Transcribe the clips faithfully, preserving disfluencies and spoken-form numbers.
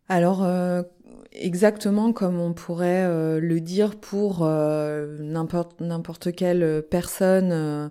Alors, euh, exactement comme on pourrait euh, le dire pour euh, n'importe, n'importe quelle personne, euh,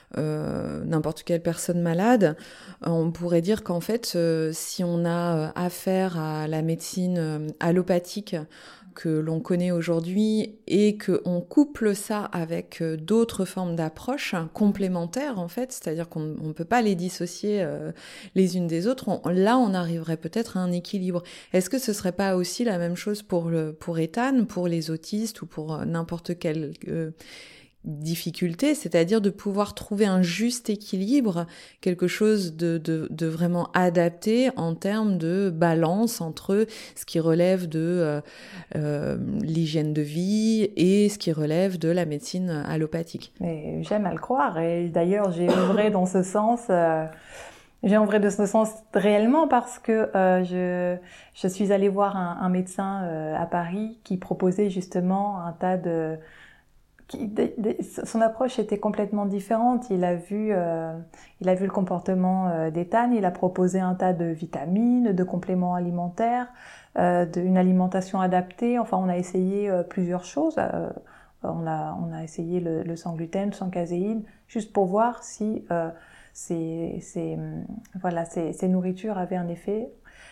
euh, n'importe quelle personne malade, on pourrait dire qu'en fait, euh, si on a affaire à la médecine euh, allopathique que l'on connaît aujourd'hui et qu'on couple ça avec euh, d'autres formes d'approches complémentaires, en fait, c'est-à-dire qu'on ne peut pas les dissocier euh, les unes des autres, on, là, on arriverait peut-être à un équilibre. Est-ce que ce serait pas aussi la même chose pour, le, pour Ethan, pour les autistes ou pour euh, n'importe quel... Euh, difficulté, c'est-à-dire de pouvoir trouver un juste équilibre, quelque chose de, de, de vraiment adapté en termes de balance entre ce qui relève de euh, euh, l'hygiène de vie et ce qui relève de la médecine allopathique. Mais j'aime à le croire, et d'ailleurs j'ai œuvré dans ce sens. Euh... J'ai œuvré dans ce sens réellement parce que euh, je, je suis allée voir un, un médecin euh, à Paris qui proposait justement un tas de... Qui, de, de son approche était complètement différente. Il a vu, euh, il a vu le comportement euh, d'Ethan, il a proposé un tas de vitamines, de compléments alimentaires, euh, de, une alimentation adaptée. Enfin, on a essayé euh, plusieurs choses. Euh, on, a, on a essayé le, le sans gluten, sans caséine, juste pour voir si... Euh, Ces, ces, voilà, ces, ces nourritures avaient un effet.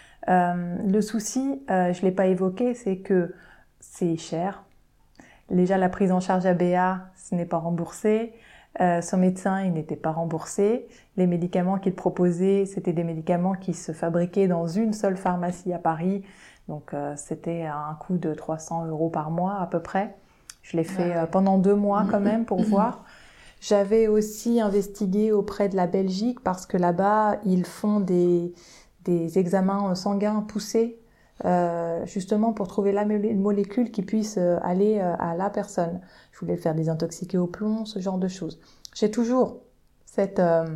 Euh, le souci, euh, je ne l'ai pas évoqué, c'est que c'est cher. Déjà, la prise en charge A B A, ce n'est pas remboursé. Euh, son médecin, il n'était pas remboursé. Les médicaments qu'il proposait, c'était des médicaments qui se fabriquaient dans une seule pharmacie à Paris. Donc, euh, c'était à un coût de trois cents euros par mois à peu près. Je l'ai fait euh, pendant deux mois quand même pour voir. J'avais aussi investigué auprès de la Belgique parce que là-bas, ils font des, des examens sanguins poussés euh, justement pour trouver la molécule qui puisse aller à la personne. Je voulais le faire désintoxiquer au plomb, ce genre de choses. J'ai toujours cette euh,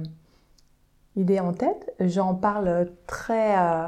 idée en tête. J'en parle très euh,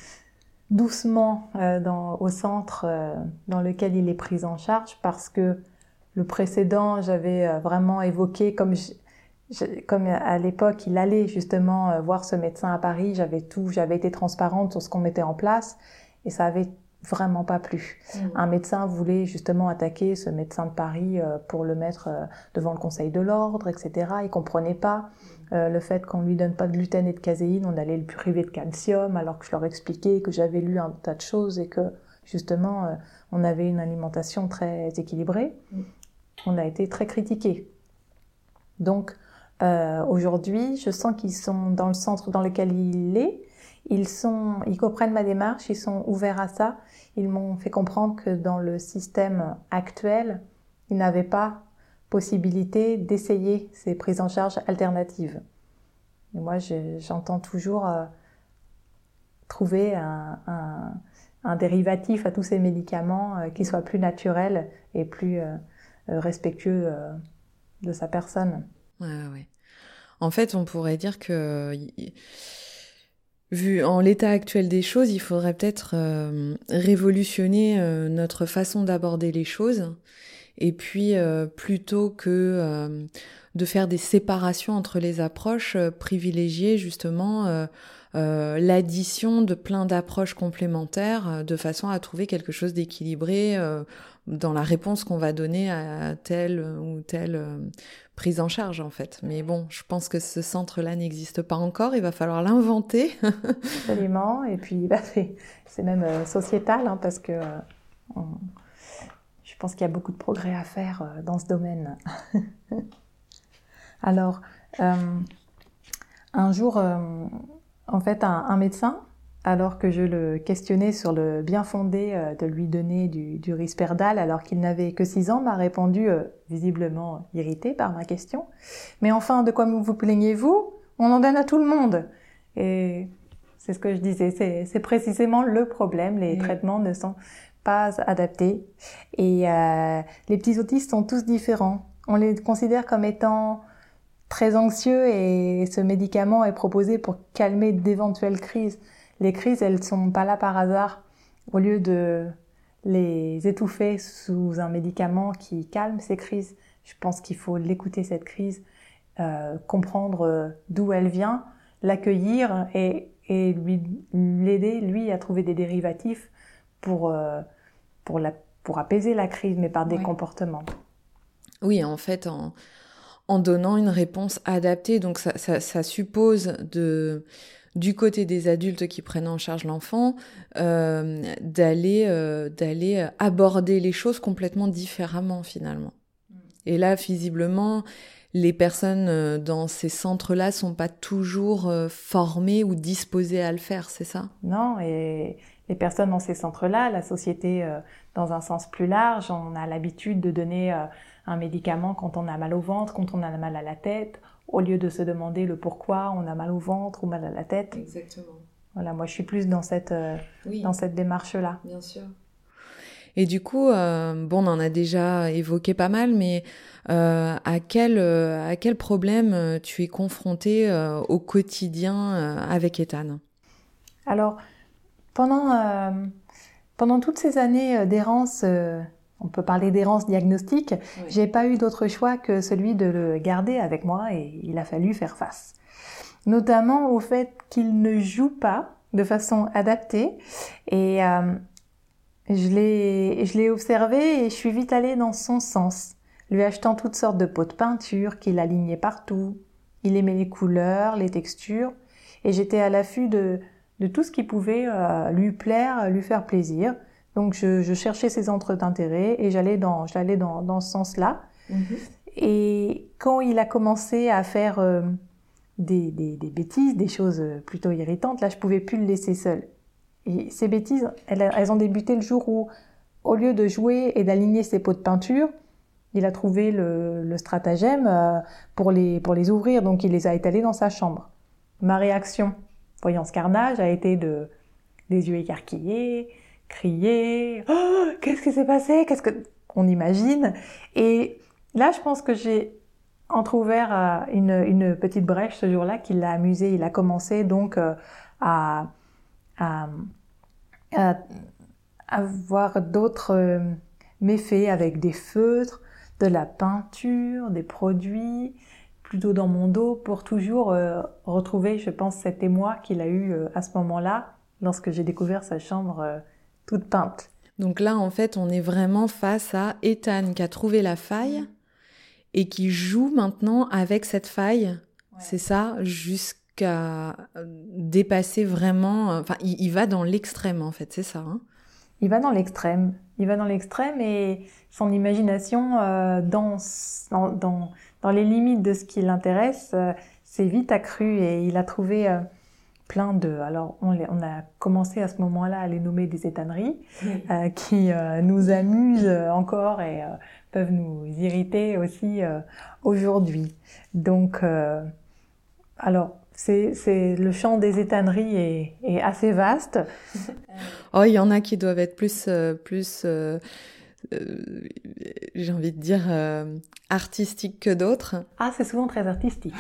doucement euh, dans, au centre euh, dans lequel il est pris en charge parce que le précédent, j'avais vraiment évoqué, comme, je, je, comme à l'époque, il allait justement voir ce médecin à Paris, j'avais tout, j'avais été transparente sur ce qu'on mettait en place et ça avait vraiment pas plu. Mmh. Un médecin voulait justement attaquer ce médecin de Paris pour le mettre devant le Conseil de l'Ordre, et cetera. Il comprenait pas euh, le fait qu'on lui donne pas de gluten et de caséine, on allait le priver de calcium, alors que je leur expliquais que j'avais lu un tas de choses et que justement, euh, on avait une alimentation très équilibrée. Mmh. On a été très critiqués. Donc, euh, aujourd'hui, je sens qu'ils sont dans le centre dans lequel il est. Ils sont, ils comprennent ma démarche, ils sont ouverts à ça. Ils m'ont fait comprendre que dans le système actuel, ils n'avaient pas possibilité d'essayer ces prises en charge alternatives. Et moi, je, j'entends toujours euh, trouver un, un, un dérivatif à tous ces médicaments euh, qui soit plus naturel et plus euh, respectueux euh, de sa personne. Ouais, ouais. En fait, on pourrait dire que, vu en l'état actuel des choses, il faudrait peut-être euh, révolutionner euh, notre façon d'aborder les choses. Et puis, euh, plutôt que euh, de faire des séparations entre les approches, euh, privilégier justement euh, euh, l'addition de plein d'approches complémentaires euh, de façon à trouver quelque chose d'équilibré euh, dans la réponse qu'on va donner à telle ou telle euh, prise en charge, en fait. Mais bon, je pense que ce centre-là n'existe pas encore, il va falloir l'inventer. Absolument, et puis bah, c'est, c'est même euh, sociétal, hein, parce que euh, on... je pense qu'il y a beaucoup de progrès à faire euh, dans ce domaine. Alors, euh, un jour, euh, en fait, un, un médecin, alors que je le questionnais sur le bien fondé euh, de lui donner du, du Risperdal alors qu'il n'avait que six ans, m'a répondu, euh, visiblement irrité par ma question. « Mais enfin, de quoi vous plaignez-vous ? On en donne à tout le monde !» Et c'est ce que je disais, c'est, c'est précisément le problème, les oui. traitements ne sont pas adaptés. Et euh, les petits autistes sont tous différents. On les considère comme étant très anxieux et ce médicament est proposé pour calmer d'éventuelles crises. Les crises, elles sont pas là par hasard. Au lieu de les étouffer sous un médicament qui calme ces crises, je pense qu'il faut l'écouter cette crise, euh, comprendre d'où elle vient, l'accueillir et, et lui l'aider, lui, à trouver des dérivatifs pour, euh, pour, la, pour apaiser la crise, mais par des ouais. comportements. Oui, en fait, en, en donnant une réponse adaptée, donc ça, ça, ça suppose de... du côté des adultes qui prennent en charge l'enfant, euh, d'aller euh, d'aller aborder les choses complètement différemment finalement. Et là, visiblement, les personnes dans ces centres-là sont pas toujours formées ou disposées à le faire, c'est ça? Non, et les personnes dans ces centres-là, la société euh, dans un sens plus large, on a l'habitude de donner euh, un médicament quand on a mal au ventre, quand on a mal à la tête, au lieu de se demander le pourquoi on a mal au ventre ou mal à la tête. Exactement. Voilà, moi je suis plus dans cette, euh, oui. dans cette démarche-là. Bien sûr. Et du coup, euh, bon, on en a déjà évoqué pas mal, mais euh, à quel à quel problème tu es confrontée euh, au quotidien euh, avec Ethan? Alors, pendant euh, pendant toutes ces années d'errance, euh, on peut parler d'errance diagnostique, oui. J'ai pas eu d'autre choix que celui de le garder avec moi et il a fallu faire face. Notamment au fait qu'il ne joue pas de façon adaptée et euh, je l'ai, je l'ai observé et je suis vite allée dans son sens, lui achetant toutes sortes de pots de peinture qu'il alignait partout. Il aimait les couleurs, les textures et j'étais à l'affût de, de tout ce qui pouvait euh, lui plaire, lui faire plaisir. Donc je, je cherchais ses centres d'intérêt et j'allais dans, j'allais dans, dans ce sens-là. Mm-hmm. Et quand il a commencé à faire euh, des, des, des bêtises, des choses plutôt irritantes, là je pouvais plus le laisser seul. Et ces bêtises, elles, elles ont débuté le jour où, au lieu de jouer et d'aligner ses pots de peinture, il a trouvé le, le stratagème euh, pour les, pour les ouvrir, donc il les a étalés dans sa chambre. Ma réaction, voyant ce carnage, a été de, des yeux écarquillés, crier, oh, qu'est-ce qui s'est passé, qu'est-ce que on imagine. Et là, je pense que j'ai entrouvert une, une petite brèche ce jour-là qui l'a amusé. Il a commencé donc euh, à, à, à, à voir d'autres euh, méfaits avec des feutres, de la peinture, des produits, plutôt dans mon dos pour toujours euh, retrouver, je pense, cet émoi qu'il a eu euh, à ce moment-là lorsque j'ai découvert sa chambre euh, toute peinte. Donc là, en fait, on est vraiment face à Ethan qui a trouvé la faille et qui joue maintenant avec cette faille, ouais. C'est ça, jusqu'à dépasser vraiment... Enfin, il, il va dans l'extrême, en fait, c'est ça. Hein, il va dans l'extrême. Il va dans l'extrême et son imagination, euh, dans, dans, dans, dans les limites de ce qui l'intéresse, euh, s'est vite accrue et il a trouvé... Euh, plein de... Alors, on, les, on a commencé à ce moment-là à les nommer des étanneries, oui. euh, qui euh, nous amusent encore et euh, peuvent nous irriter aussi euh, aujourd'hui. Donc, euh, alors, c'est, c'est, le champ des étanneries est, est assez vaste. Oh, il y en a qui doivent être plus... Euh, plus euh... Euh, j'ai envie de dire euh, artistique que d'autres. Ah, c'est souvent très artistique.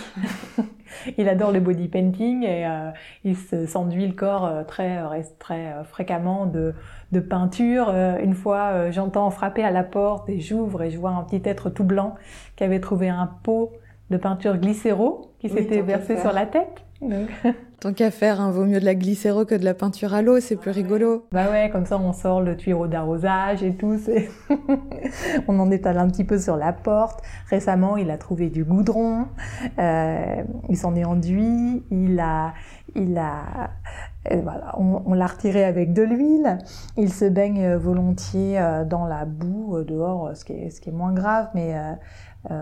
Il adore le body painting et euh, il se, s'enduit le corps euh, très, très euh, fréquemment de, de peinture. Euh, une fois, euh, j'entends frapper à la porte et j'ouvre et je vois un petit être tout blanc qui avait trouvé un pot de peinture glycéro qui oui, s'était versé sur la tête. Donc... Tant qu'à faire, hein, vaut mieux de la glycéro que de la peinture à l'eau, c'est plus rigolo. Bah ouais, comme ça on sort le tuyau d'arrosage et tout. C'est... on en étale un petit peu sur la porte. Récemment, il a trouvé du goudron, euh, il s'en est enduit, il a, il a, euh, voilà, on, on l'a retiré avec de l'huile. Il se baigne volontiers euh, dans la boue euh, dehors, ce qui est, ce qui est moins grave, mais euh, euh,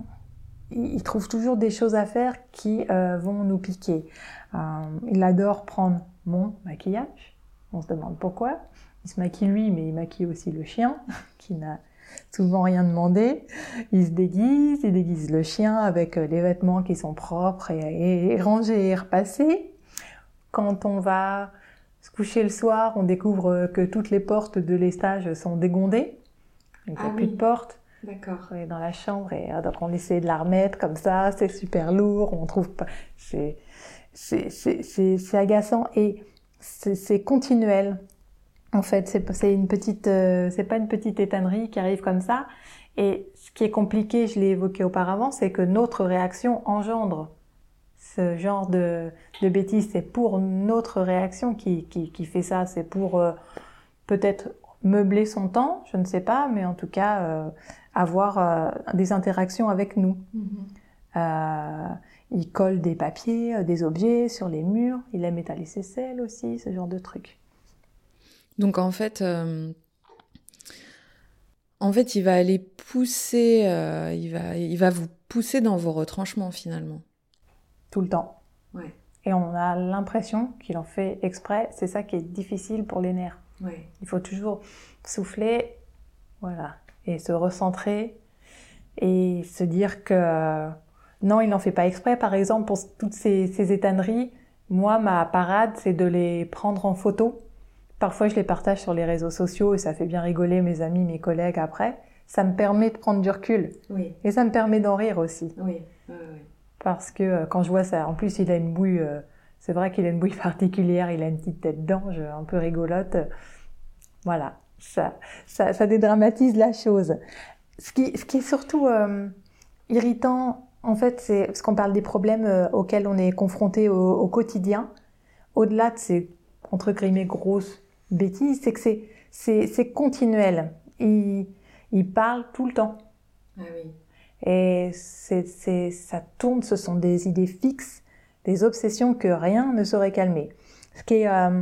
il trouve toujours des choses à faire qui euh, vont nous piquer. Euh, il adore prendre mon maquillage. On se demande pourquoi. Il se maquille lui, mais il maquille aussi le chien, qui n'a souvent rien demandé. Il se déguise, il déguise le chien avec les vêtements qui sont propres et, et rangés et repassés. Quand on va se coucher le soir, on découvre que toutes les portes de l'estage sont dégondées. Donc, il n'y a ah plus oui. de porte. D'accord. On est dans la chambre et donc on essaie de la remettre comme ça, c'est super lourd, on trouve pas, c'est, c'est, c'est, c'est, c'est agaçant et c'est, c'est continuel. En fait, c'est, c'est une petite, euh, c'est pas une petite étannerie qui arrive comme ça. Et ce qui est compliqué, je l'ai évoqué auparavant, c'est que notre réaction engendre ce genre de, de bêtises, c'est pour notre réaction qui, qui, qui fait ça. C'est pour euh, peut-être meubler son temps, je ne sais pas, mais en tout cas euh, avoir euh, des interactions avec nous. Mm-hmm. Euh, il colle des papiers, des objets sur les murs. Il aime étaler ses selles aussi, ce genre de trucs. Donc en fait, euh, en fait, il va aller pousser, euh, il va, il va vous pousser dans vos retranchements finalement. Tout le temps. Ouais. Et on a l'impression qu'il en fait exprès. C'est ça qui est difficile pour les nerfs. Ouais. Il faut toujours souffler, voilà, et se recentrer et se dire que non, il n'en fait pas exprès. Par exemple, pour toutes ces, ces étonneries, moi, ma parade, c'est de les prendre en photo. Parfois, je les partage sur les réseaux sociaux et ça fait bien rigoler mes amis, mes collègues après. Ça me permet de prendre du recul. Oui. Et ça me permet d'en rire aussi. Oui, oui, oui. Parce que euh, quand je vois ça, en plus, il a une bouille, euh, c'est vrai qu'il a une bouille particulière, il a une petite tête d'ange un peu rigolote. Voilà, ça, ça, ça dédramatise la chose. Ce qui, ce qui est surtout euh, irritant, en fait, c'est parce qu'on parle des problèmes euh, auxquels on est confronté au, au quotidien. Au-delà de ces, entre guillemets, grosses bêtises, c'est que c'est, c'est, c'est continuel. Il, il parle tout le temps. Ah oui. Et c'est, c'est, ça tourne, ce sont des idées fixes, des obsessions que rien ne saurait calmer. Ce qui est euh,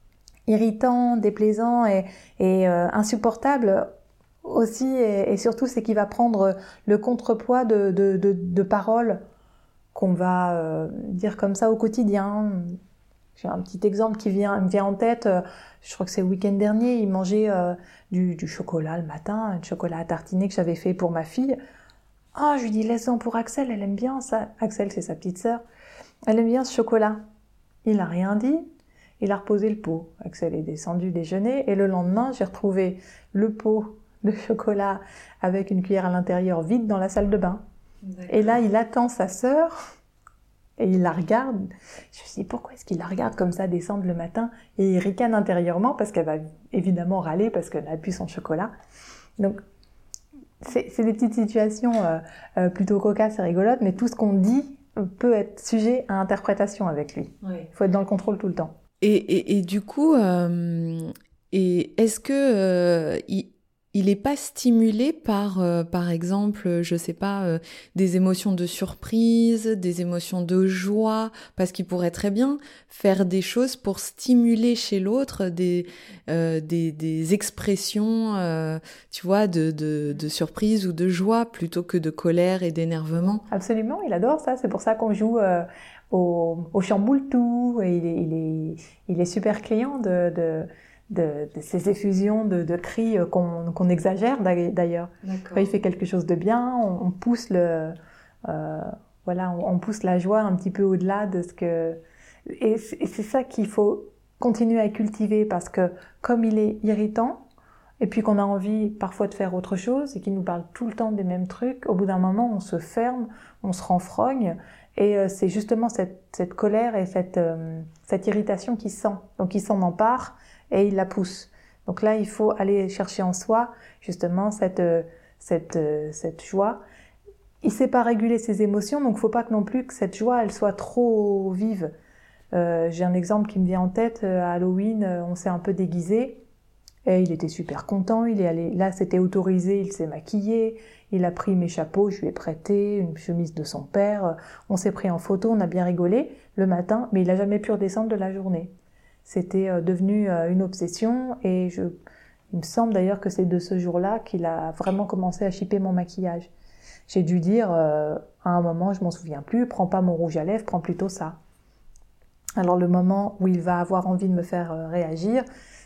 irritant, déplaisant et, et euh, insupportable aussi, et, et surtout, c'est qu'il va prendre le contrepoids de, de, de, de paroles qu'on va euh, dire comme ça au quotidien. J'ai un petit exemple qui vient, me vient en tête. Je crois que c'est le week-end dernier, il mangeait euh, du, du chocolat le matin, du chocolat à tartiner que j'avais fait pour ma fille. Ah, oh, je lui dis, laisse-en pour Axel, elle aime bien ça. Axel, c'est sa petite sœur. Elle aime bien ce chocolat. Il n'a rien dit. Il a reposé le pot. Axel est descendu déjeuner et le lendemain, j'ai retrouvé le pot de chocolat avec une cuillère à l'intérieur vide dans la salle de bain. D'accord. Et là, il attend sa sœur et il la regarde. Je me suis dit, pourquoi est-ce qu'il la regarde comme ça descendre le matin? Et il ricane intérieurement parce qu'elle va évidemment râler parce qu'elle n'a plus son chocolat. Donc, c'est, c'est des petites situations euh, euh, plutôt cocasses et rigolotes, mais tout ce qu'on dit peut être sujet à interprétation avec lui. Il oui. faut être dans le contrôle tout le temps. Et, et, et du coup, euh, et est-ce que euh, il, il est pas stimulé par, euh, par exemple, je sais pas, euh, des émotions de surprise, des émotions de joie, parce qu'il pourrait très bien faire des choses pour stimuler chez l'autre des, euh, des, des expressions, euh, tu vois, de, de, de surprise ou de joie, plutôt que de colère et d'énervement. Absolument, il adore ça. C'est pour ça qu'on joue euh, au, au chamboule-tout. Et il est, il est, il est super client de... de De, de ces effusions de, de cris qu'on, qu'on exagère d'ailleurs. D'accord. Quand il fait quelque chose de bien, on, on pousse le, euh, voilà, on, on pousse la joie un petit peu au-delà de ce que. Et c'est, et c'est ça qu'il faut continuer à cultiver parce que comme il est irritant et puis qu'on a envie parfois de faire autre chose et qu'il nous parle tout le temps des mêmes trucs, au bout d'un moment on se ferme, on se renfrogne et euh, c'est justement cette, cette colère et cette, euh, cette irritation qui sent. Donc il s'en empare. Et il la pousse. Donc là, il faut aller chercher en soi, justement, cette, cette, cette joie. Il ne sait pas réguler ses émotions, donc il ne faut pas que non plus que cette joie, elle soit trop vive. Euh, j'ai un exemple qui me vient en tête. À Halloween, on s'est un peu déguisé. Et il était super content. Il est allé, là, c'était autorisé, il s'est maquillé. Il a pris mes chapeaux, je lui ai prêté une chemise de son père. On s'est pris en photo, on a bien rigolé le matin, mais il n'a jamais pu redescendre de la journée. C'était devenu une obsession et je, il me semble d'ailleurs que c'est de ce jour-là qu'il a vraiment commencé à chipper mon maquillage. J'ai dû dire euh, à un moment, je m'en souviens plus, prends pas mon rouge à lèvres, prends plutôt ça. Alors le moment où il va avoir envie de me faire euh, réagir,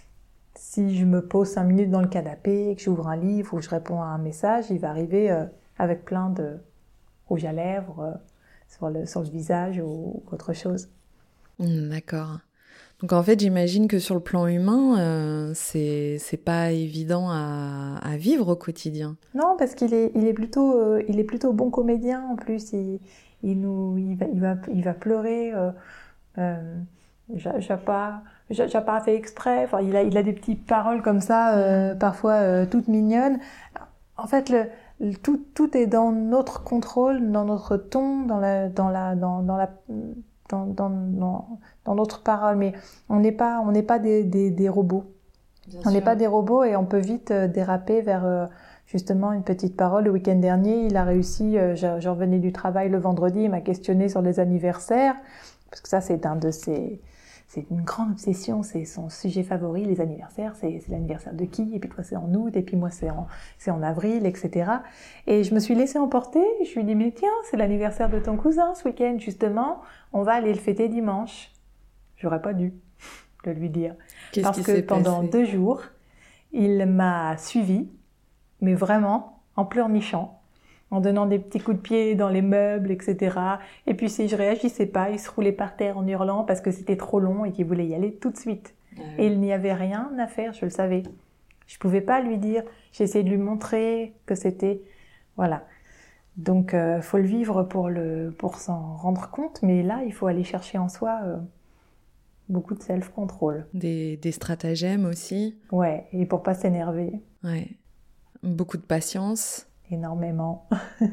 si je me pose cinq minutes dans le canapé, que j'ouvre un livre ou que je réponds à un message, il va arriver euh, avec plein de rouge à lèvres euh, sur, le, sur le visage ou, ou autre chose. Mmh, d'accord. Donc en fait, j'imagine que sur le plan humain, euh, c'est c'est pas évident à, à vivre au quotidien. Non, parce qu'il est il est plutôt euh, il est plutôt bon comédien en plus. Il il nous il va il va il va pleurer. Euh, euh, j'ai, j'ai pas j'ai, j'ai pas fait exprès. Enfin, il a il a des petites paroles comme ça, euh, parfois euh, toutes mignonnes. En fait, le tout, tout est dans notre contrôle, dans notre ton, dans la, dans la, dans, dans la, dans, dans, dans, dans notre parole. Mais on n'est pas, on n'est pas des, des, des robots. Bien on n'est pas des robots et on peut vite euh, déraper vers euh, justement une petite parole. Le week-end dernier, il a réussi. Euh, je, je revenais du travail le vendredi, il m'a questionné sur les anniversaires parce que ça, c'est un de ses C'est une grande obsession, c'est son sujet favori, les anniversaires, c'est, c'est l'anniversaire de qui, et puis toi c'est en août, et puis moi c'est en, c'est en avril, et cetera. Et je me suis laissée emporter, je lui ai dit, mais tiens, c'est l'anniversaire de ton cousin ce week-end, justement, on va aller le fêter dimanche. J'aurais pas dû le lui dire. Qu'est-ce Parce qui que s'est pendant passé deux jours, il m'a suivi, mais vraiment en pleurnichant, en donnant des petits coups de pied dans les meubles, et cetera. Et puis si je réagissais pas, il se roulait par terre en hurlant parce que c'était trop long et qu'il voulait y aller tout de suite. Ah oui. Et il n'y avait rien à faire, je le savais. Je pouvais pas lui dire, j'ai essayé de lui montrer que c'était... Voilà. Donc, euh, faut le vivre pour, le, pour s'en rendre compte, mais là, il faut aller chercher en soi euh, beaucoup de self-control. Des, des stratagèmes aussi. Ouais, et pour pas s'énerver. Ouais. Beaucoup de patience. Énormément.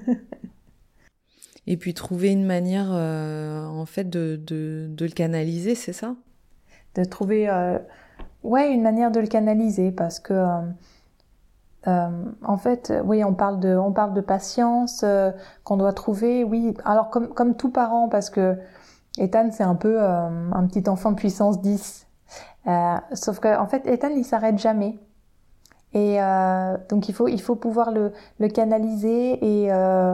Et puis trouver une manière, euh, en fait, de, de, de le canaliser, c'est ça ? De trouver, euh, ouais, une manière de le canaliser, parce que, euh, euh, en fait, oui, on parle de, on parle de patience euh, qu'on doit trouver. Oui, alors comme comme tout parent, parce que Ethan c'est un peu euh, un petit enfant puissance dix. Euh, sauf que, en fait, Ethan il s'arrête jamais. Et euh, donc il faut il faut pouvoir le le canaliser et euh,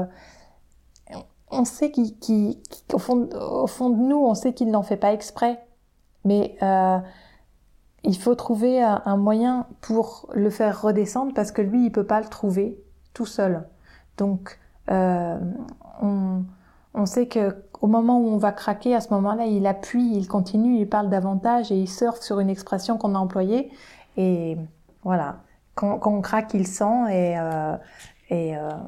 on sait qu'il, qu'il, qu'au fond au fond de nous on sait qu'il n'en fait pas exprès, mais euh, il faut trouver un, un moyen pour le faire redescendre parce que lui il peut pas le trouver tout seul. Donc euh, on on sait que au moment où on va craquer, à ce moment-là il appuie, il continue, il parle davantage et il surfe sur une expression qu'on a employée et voilà. Quand, quand on craque, il sent et, euh, et euh,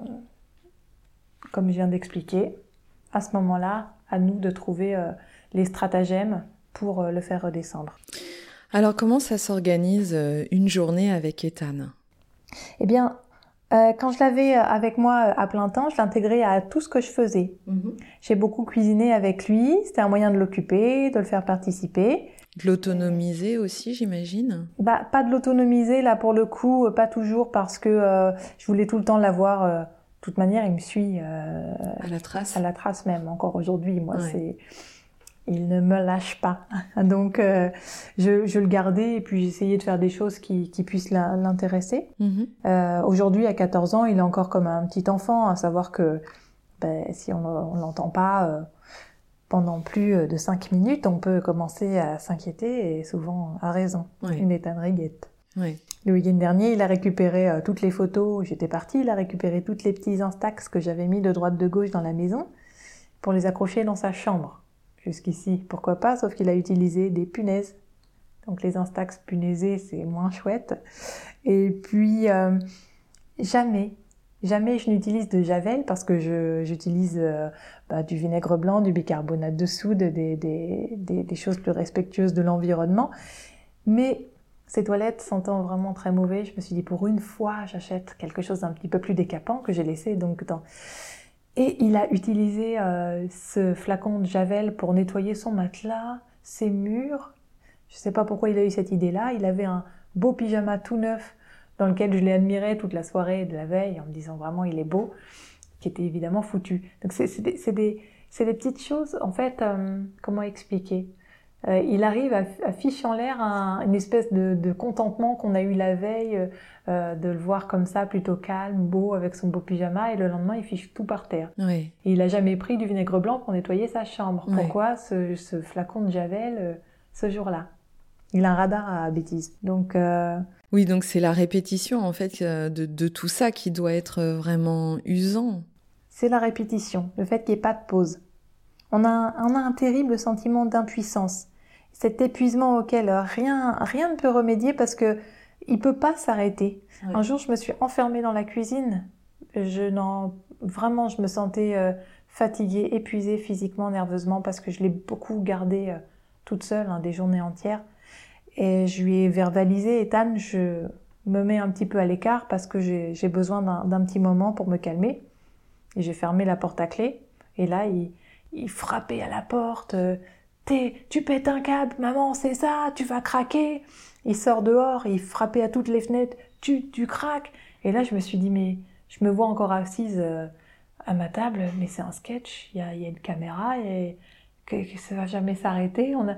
comme je viens d'expliquer, à ce moment-là, à nous de trouver euh, les stratagèmes pour euh, le faire redescendre. Alors, comment ça s'organise euh, une journée avec Ethan ? Eh bien, euh, quand je l'avais avec moi à plein temps, je l'intégrais à tout ce que je faisais. Mm-hmm. J'ai beaucoup cuisiné avec lui, c'était un moyen de l'occuper, de le faire participer. De l'autonomiser aussi, j'imagine ? Bah, pas de l'autonomiser, là, pour le coup, pas toujours, parce que euh, je voulais tout le temps l'avoir. Euh, de toute manière, il me suit... Euh, à la trace ? À la trace même, encore aujourd'hui. Moi, ouais. c'est... Il ne me lâche pas. Donc, euh, je, je le gardais et puis j'essayais de faire des choses qui, qui puissent l'intéresser. Mm-hmm. Euh, aujourd'hui, à quatorze ans, il est encore comme un petit enfant, à savoir que ben, si on ne l'entend pas... Euh, pendant plus de cinq minutes, on peut commencer à s'inquiéter et souvent à raison. Ouais. Une étonnerie guette. Ouais. Le week-end dernier, il a récupéré euh, toutes les photos où j'étais partie, il a récupéré toutes les petits instax que j'avais mis de droite de gauche dans la maison pour les accrocher dans sa chambre. Jusqu'ici, pourquoi pas, sauf qu'il a utilisé des punaises. Donc les instax punaisés, c'est moins chouette. Et puis, euh, jamais... Jamais je n'utilise de javel parce que je, j'utilise euh, bah, du vinaigre blanc, du bicarbonate de soude, des, des, des, des choses plus respectueuses de l'environnement. Mais ces toilettes sentant vraiment très mauvais, je me suis dit pour une fois j'achète quelque chose d'un petit peu plus décapant que j'ai laissé donc dans... Et il a utilisé euh, ce flacon de javel pour nettoyer son matelas, ses murs. Je ne sais pas pourquoi il a eu cette idée-là. Il avait un beau pyjama tout neuf dans lequel je l'ai admiré toute la soirée de la veille en me disant vraiment il est beau, qui était évidemment foutu. Donc c'est, c'est, des, c'est, des, c'est des petites choses, en fait, euh, comment expliquer euh, il arrive à, à ficher en l'air un, une espèce de, de contentement qu'on a eu la veille, euh, de le voir comme ça, plutôt calme, beau, avec son beau pyjama, et le lendemain il fiche tout par terre. Oui. Et il n'a jamais pris du vinaigre blanc pour nettoyer sa chambre. Oui. Pourquoi ce, ce flacon de javel euh, ce jour-là? Il a un radar à bêtises. Donc... Euh, Oui, donc c'est la répétition, en fait, de, de tout ça qui doit être vraiment usant. C'est la répétition, le fait qu'il n'y ait pas de pause. On a, un, on a un terrible sentiment d'impuissance. Cet épuisement auquel rien, rien ne peut remédier parce que il peut pas s'arrêter. Oui. Un jour, je me suis enfermée dans la cuisine. Je n'en, vraiment, je me sentais euh, fatiguée, épuisée physiquement, nerveusement, parce que je l'ai beaucoup gardée euh, toute seule, hein, des journées entières. Et je lui ai verbalisé, Ethan, je me met un petit peu à l'écart parce que j'ai, j'ai besoin d'un, d'un petit moment pour me calmer. Et j'ai fermé la porte à clé. Et là, il, il frappait à la porte. Euh, T'es, tu pètes un câble, maman, c'est ça, tu vas craquer. Il sort dehors, il frappait à toutes les fenêtres. Tu, tu craques. Et là, je me suis dit, mais je me vois encore assise euh, à ma table, mais c'est un sketch. Il y a, il y a une caméra et que, que ça va jamais s'arrêter. On a...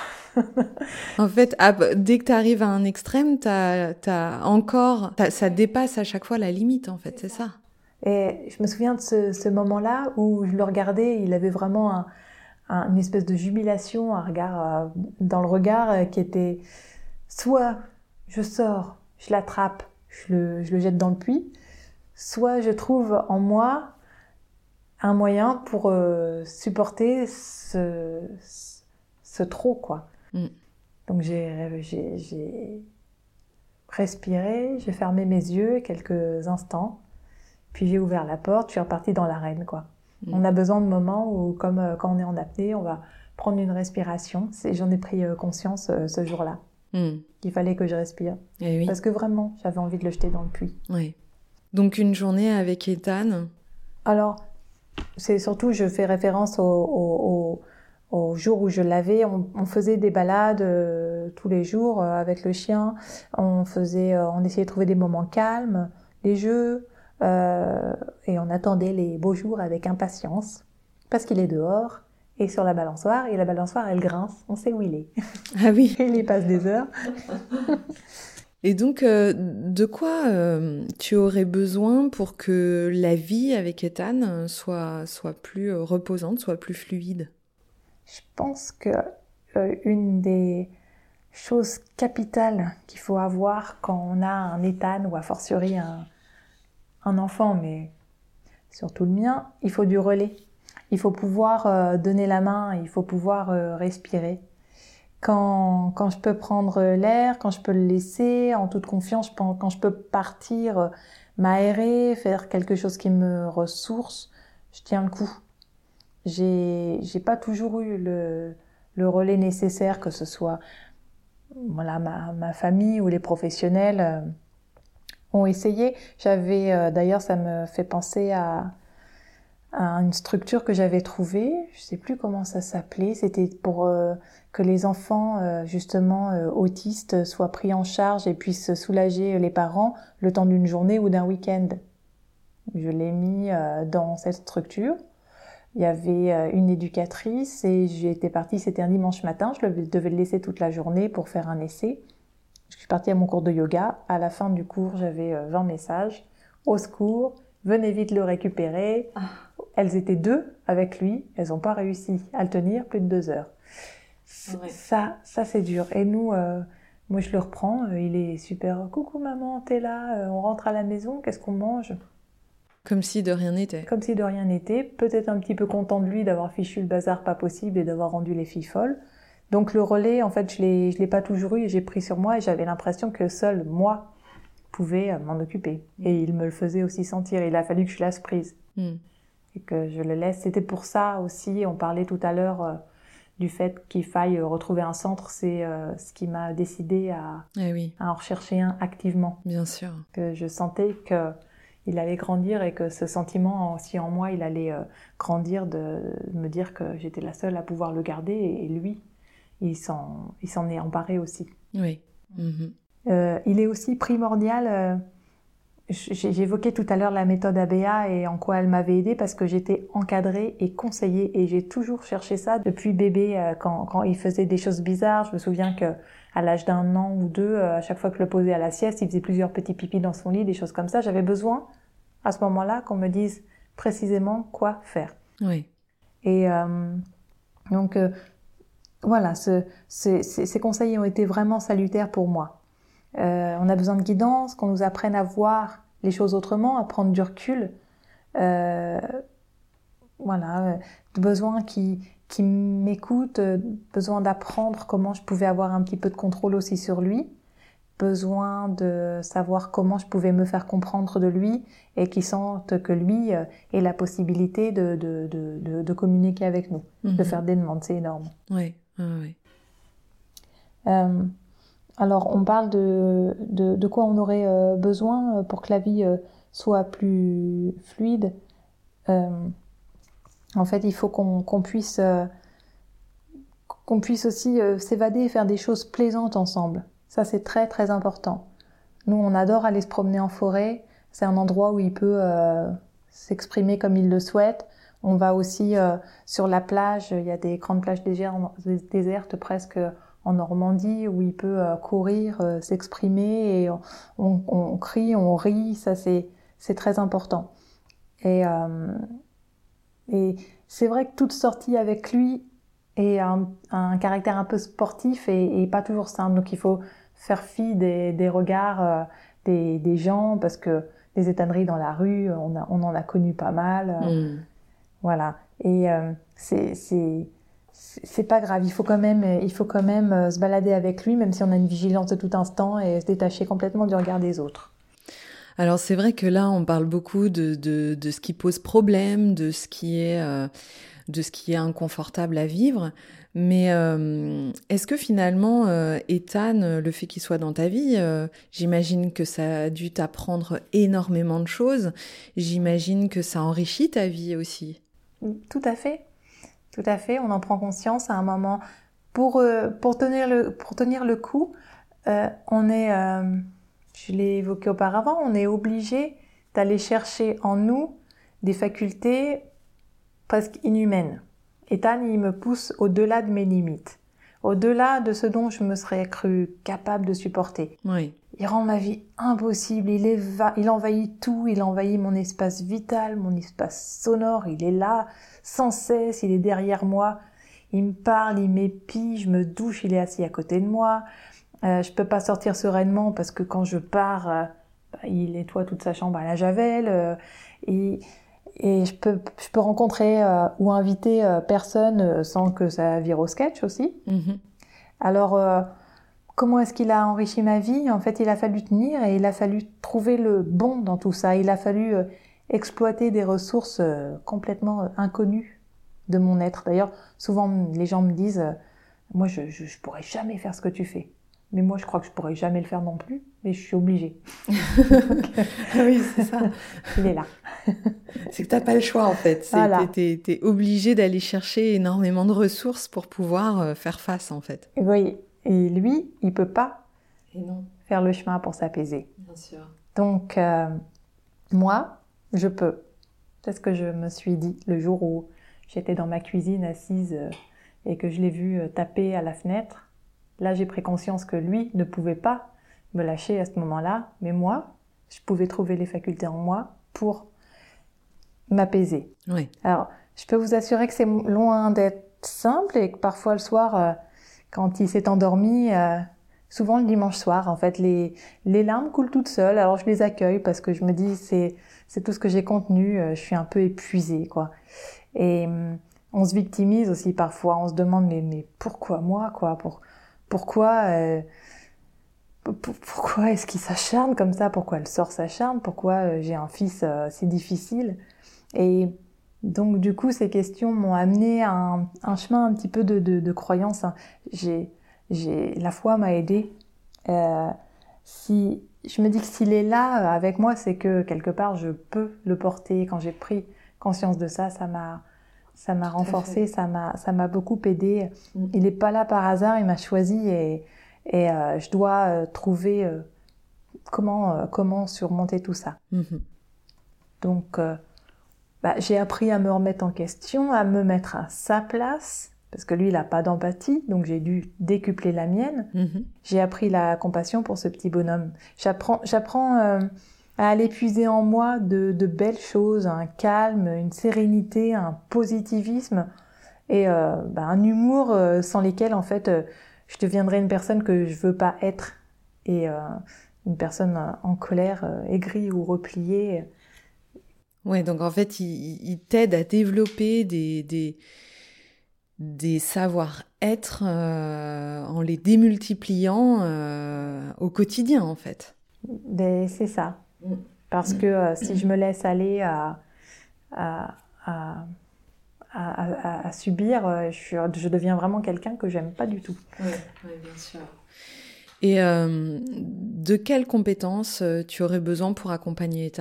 En fait, ah, dès que tu arrives à un extrême, t'as, t'as encore, t'as, ça dépasse à chaque fois la limite, en fait, c'est ça. Et je me souviens de ce, ce moment-là où je le regardais, il avait vraiment un, un, une espèce de jubilation, un regard euh, dans le regard euh, qui était soit je sors, je l'attrape, je le, je le jette dans le puits, soit je trouve en moi un moyen pour euh, supporter ce, ce, ce trop, quoi. Mm. Donc j'ai, j'ai, j'ai respiré, j'ai fermé mes yeux quelques instants, puis j'ai ouvert la porte, je suis repartie dans l'arène, quoi. Mm. On a besoin de moments où, comme euh, quand on est en apnée, on va prendre une respiration. C'est, j'en ai pris euh, conscience euh, ce jour-là. Mm. Il fallait que je respire. Et oui. Parce que vraiment, j'avais envie de le jeter dans le puits. Oui. Donc une journée avec Ethan. Alors, c'est surtout, je fais référence au, au, au, au jour où je l'avais. On, on faisait des balades euh, tous les jours euh, avec le chien. On faisait, euh, on essayait de trouver des moments calmes, les jeux, euh, et on attendait les beaux jours avec impatience parce qu'il est dehors et sur la balançoire. Et la balançoire, elle grince. On sait où il est. Ah oui. Il y passe des heures. Et donc, euh, de quoi euh, tu aurais besoin pour que la vie avec Ethan soit, soit plus reposante, soit plus fluide ? Je pense que euh, une des choses capitales qu'il faut avoir quand on a un Ethan ou a fortiori un, un enfant, mais surtout le mien, il faut du relais. Il faut pouvoir euh, donner la main, il faut pouvoir euh, respirer. Quand, quand je peux prendre l'air, quand je peux le laisser en toute confiance, quand je peux partir, m'aérer, faire quelque chose qui me ressource, je tiens le coup. J'ai, j'ai pas toujours eu le, le relais nécessaire, que ce soit voilà, ma, ma famille ou les professionnels euh, ont essayé. J'avais, euh, d'ailleurs, ça me fait penser à, à une structure que j'avais trouvée, je sais plus comment ça s'appelait, c'était pour euh, que les enfants euh, justement euh, autistes soient pris en charge et puissent soulager les parents le temps d'une journée ou d'un week-end. Je l'ai mis euh, dans cette structure. Il y avait euh, une éducatrice et j'étais partie, c'était un dimanche matin, je devais le laisser toute la journée pour faire un essai. Je suis partie à mon cours de yoga. À la fin du cours, j'avais euh, vingt messages. Au secours, venez vite le récupérer. Ah. Elles étaient deux avec lui, elles n'ont pas réussi à le tenir plus de deux heures. Ouais. Ça, ça c'est dur. Et nous, euh, moi je le reprends, euh, il est super. Coucou maman, t'es là, euh, on rentre à la maison, qu'est-ce qu'on mange ? Comme si de rien n'était. Comme si de rien n'était. Peut-être un petit peu content de lui d'avoir fichu le bazar pas possible et d'avoir rendu les filles folles. Donc le relais, en fait, je l'ai, je l'ai pas toujours eu et j'ai pris sur moi et j'avais l'impression que seul moi pouvais m'en occuper. Et il me le faisait aussi sentir. Il a fallu que je laisse prise. Mm. Et que je le laisse. C'était pour ça aussi, on parlait tout à l'heure euh, du fait qu'il faille retrouver un centre, c'est euh, ce qui m'a décidé à, eh oui. à en rechercher un activement. Bien sûr. Que je sentais qu'il allait grandir et que ce sentiment aussi en moi, il allait euh, grandir de, de me dire que j'étais la seule à pouvoir le garder et, et lui, il s'en, il s'en est emparé aussi. Oui. Mm-hmm. Euh, il est aussi primordial... Euh, J'évoquais tout à l'heure la méthode A B A et en quoi elle m'avait aidée parce que j'étais encadrée et conseillée et j'ai toujours cherché ça depuis bébé quand, quand il faisait des choses bizarres. Je me souviens que à l'âge d'un an ou deux, à chaque fois que je le posais à la sieste, il faisait plusieurs petits pipis dans son lit, des choses comme ça. J'avais besoin à ce moment-là qu'on me dise précisément quoi faire. Oui. Et euh, donc euh, voilà, ce, ce, ces, ces conseils ont été vraiment salutaires pour moi. Euh, on a besoin de guidance, qu'on nous apprenne à voir les choses autrement, à prendre du recul. Euh, voilà, euh, besoin qui, qui m'écoute, euh, besoin d'apprendre comment je pouvais avoir un petit peu de contrôle aussi sur lui, besoin de savoir comment je pouvais me faire comprendre de lui et qu'il sente que lui euh, ait la possibilité de, de, de, de, de communiquer avec nous, mm-hmm. de faire des demandes, c'est énorme. Oui, oui, oui. Euh, Alors, on parle de, de, de quoi on aurait euh, besoin pour que la vie euh, soit plus fluide. Euh, en fait, il faut qu'on, qu'on puisse, euh, qu'on puisse aussi euh, s'évader et faire des choses plaisantes ensemble. Ça, c'est très, très important. Nous, on adore aller se promener en forêt. C'est un endroit où il peut euh, s'exprimer comme il le souhaite. On va aussi euh, sur la plage. Il y a des grandes plages désertes presque en Normandie où il peut euh, courir, euh, s'exprimer et on, on, on crie, on rit. Ça, c'est, c'est très important. Et, euh, et c'est vrai que toute sortie avec lui est un, un caractère un peu sportif et, et pas toujours simple. Donc il faut faire fi des, des regards euh, des, des gens parce que les étonneries dans la rue, on, a, on en a connu pas mal. Euh, Mm. Voilà. Et euh, c'est, c'est, c'est pas grave. Il faut quand même, il faut quand même euh, se balader avec lui, même si on a une vigilance de tout instant et se détacher complètement du regard des autres. Alors c'est vrai que là, on parle beaucoup de, de, de ce qui pose problème, de ce qui est, euh, de ce qui est inconfortable à vivre. Mais euh, est-ce que finalement, euh, Ethan, le fait qu'il soit dans ta vie, euh, j'imagine que ça a dû t'apprendre énormément de choses. J'imagine que ça enrichit ta vie aussi. Tout à fait. Tout à fait. On en prend conscience à un moment. Pour, euh, pour, tenir, le, pour tenir le coup, euh, on est, euh, je l'ai évoqué auparavant, on est obligé d'aller chercher en nous des facultés presque inhumaines. Ethan, il me pousse au-delà de mes limites, au-delà de ce dont je me serais cru capable de supporter. Oui. Il rend ma vie impossible, il, éva- il envahit tout, il envahit mon espace vital, mon espace sonore, il est là, sans cesse, il est derrière moi, il me parle, il m'épie, je me douche, il est assis à côté de moi, euh, je peux pas sortir sereinement parce que quand je pars, euh, bah, il nettoie toute sa chambre à la javel, euh, et, et je peux, je peux rencontrer euh, ou inviter euh, personne euh, sans que ça vire au sketch aussi. Mm-hmm. Alors, euh, comment est-ce qu'il a enrichi ma vie? En fait, il a fallu tenir et il a fallu trouver le bon dans tout ça. Il a fallu euh, exploiter des ressources euh, complètement euh, inconnues de mon être. D'ailleurs, souvent, les gens me disent euh, « Moi, je, je, je pourrais jamais faire ce que tu fais. » Mais moi, je crois que je pourrais jamais le faire non plus, mais je suis obligée. Donc, oui, c'est ça. il est là. C'est que t'as pas le choix, en fait. C'est, Voilà. t'es, t'es, t'es obligé d'aller chercher énormément de ressources pour pouvoir euh, faire face, en fait. Oui. Et lui, il peut pas Et non. faire le chemin pour s'apaiser. Bien sûr. Donc, euh, moi, je peux. C'est ce que je me suis dit le jour où j'étais dans ma cuisine assise euh, et que je l'ai vu euh, taper à la fenêtre. Là, j'ai pris conscience que lui ne pouvait pas me lâcher à ce moment-là, mais moi, je pouvais trouver les facultés en moi pour m'apaiser. Oui. Alors, je peux vous assurer que c'est loin d'être simple et que parfois le soir, euh, quand il s'est endormi, euh, souvent le dimanche soir, en fait, les, les larmes coulent toutes seules. Alors, je les accueille parce que je me dis, c'est, c'est tout ce que j'ai contenu, euh, je suis un peu épuisée, quoi. Et euh, on se victimise aussi parfois, on se demande, mais, mais pourquoi moi, quoi, pour, pourquoi, euh, pour, pourquoi est-ce qu'il s'acharne comme ça, pourquoi le sort s'acharne, pourquoi euh, j'ai un fils euh, si difficile. Et donc, du coup, ces questions m'ont amené à un, un chemin un petit peu de, de, de croyance. J'ai, j'ai, la foi m'a aidée. Euh, si, je me dis que s'il est là avec moi, c'est que quelque part, je peux le porter. Quand j'ai pris conscience de ça, ça m'a, ça m'a renforcée, ça m'a, ça m'a beaucoup aidée. Mm. Il n'est pas là par hasard, il m'a choisi et, et euh, je dois euh, trouver euh, comment, euh, comment surmonter tout ça. Mm-hmm. Donc, euh, bah, j'ai appris à me remettre en question, à me mettre à sa place, parce que lui, il n'a pas d'empathie, donc j'ai dû décupler la mienne. Mm-hmm. J'ai appris la compassion pour ce petit bonhomme. J'apprends, j'apprends euh, à aller puiser en moi de, de belles choses, un calme, une sérénité, un positivisme et euh, bah, un humour euh, sans lesquels, en fait, euh, je deviendrais une personne que je veux pas être et euh, une personne en colère, euh, aigrie ou repliée. Ouais, donc en fait, il, il t'aide à développer des, des, des savoir-être euh, en les démultipliant euh, au quotidien, en fait. Ben, c'est ça. Parce que euh, si je me laisse aller à, à, à, à, à, à subir, euh, je, suis, je deviens vraiment quelqu'un que j'aime pas du tout. Oui, ouais, bien sûr. Et euh, de quelles compétences euh, tu aurais besoin pour accompagner Ethan ?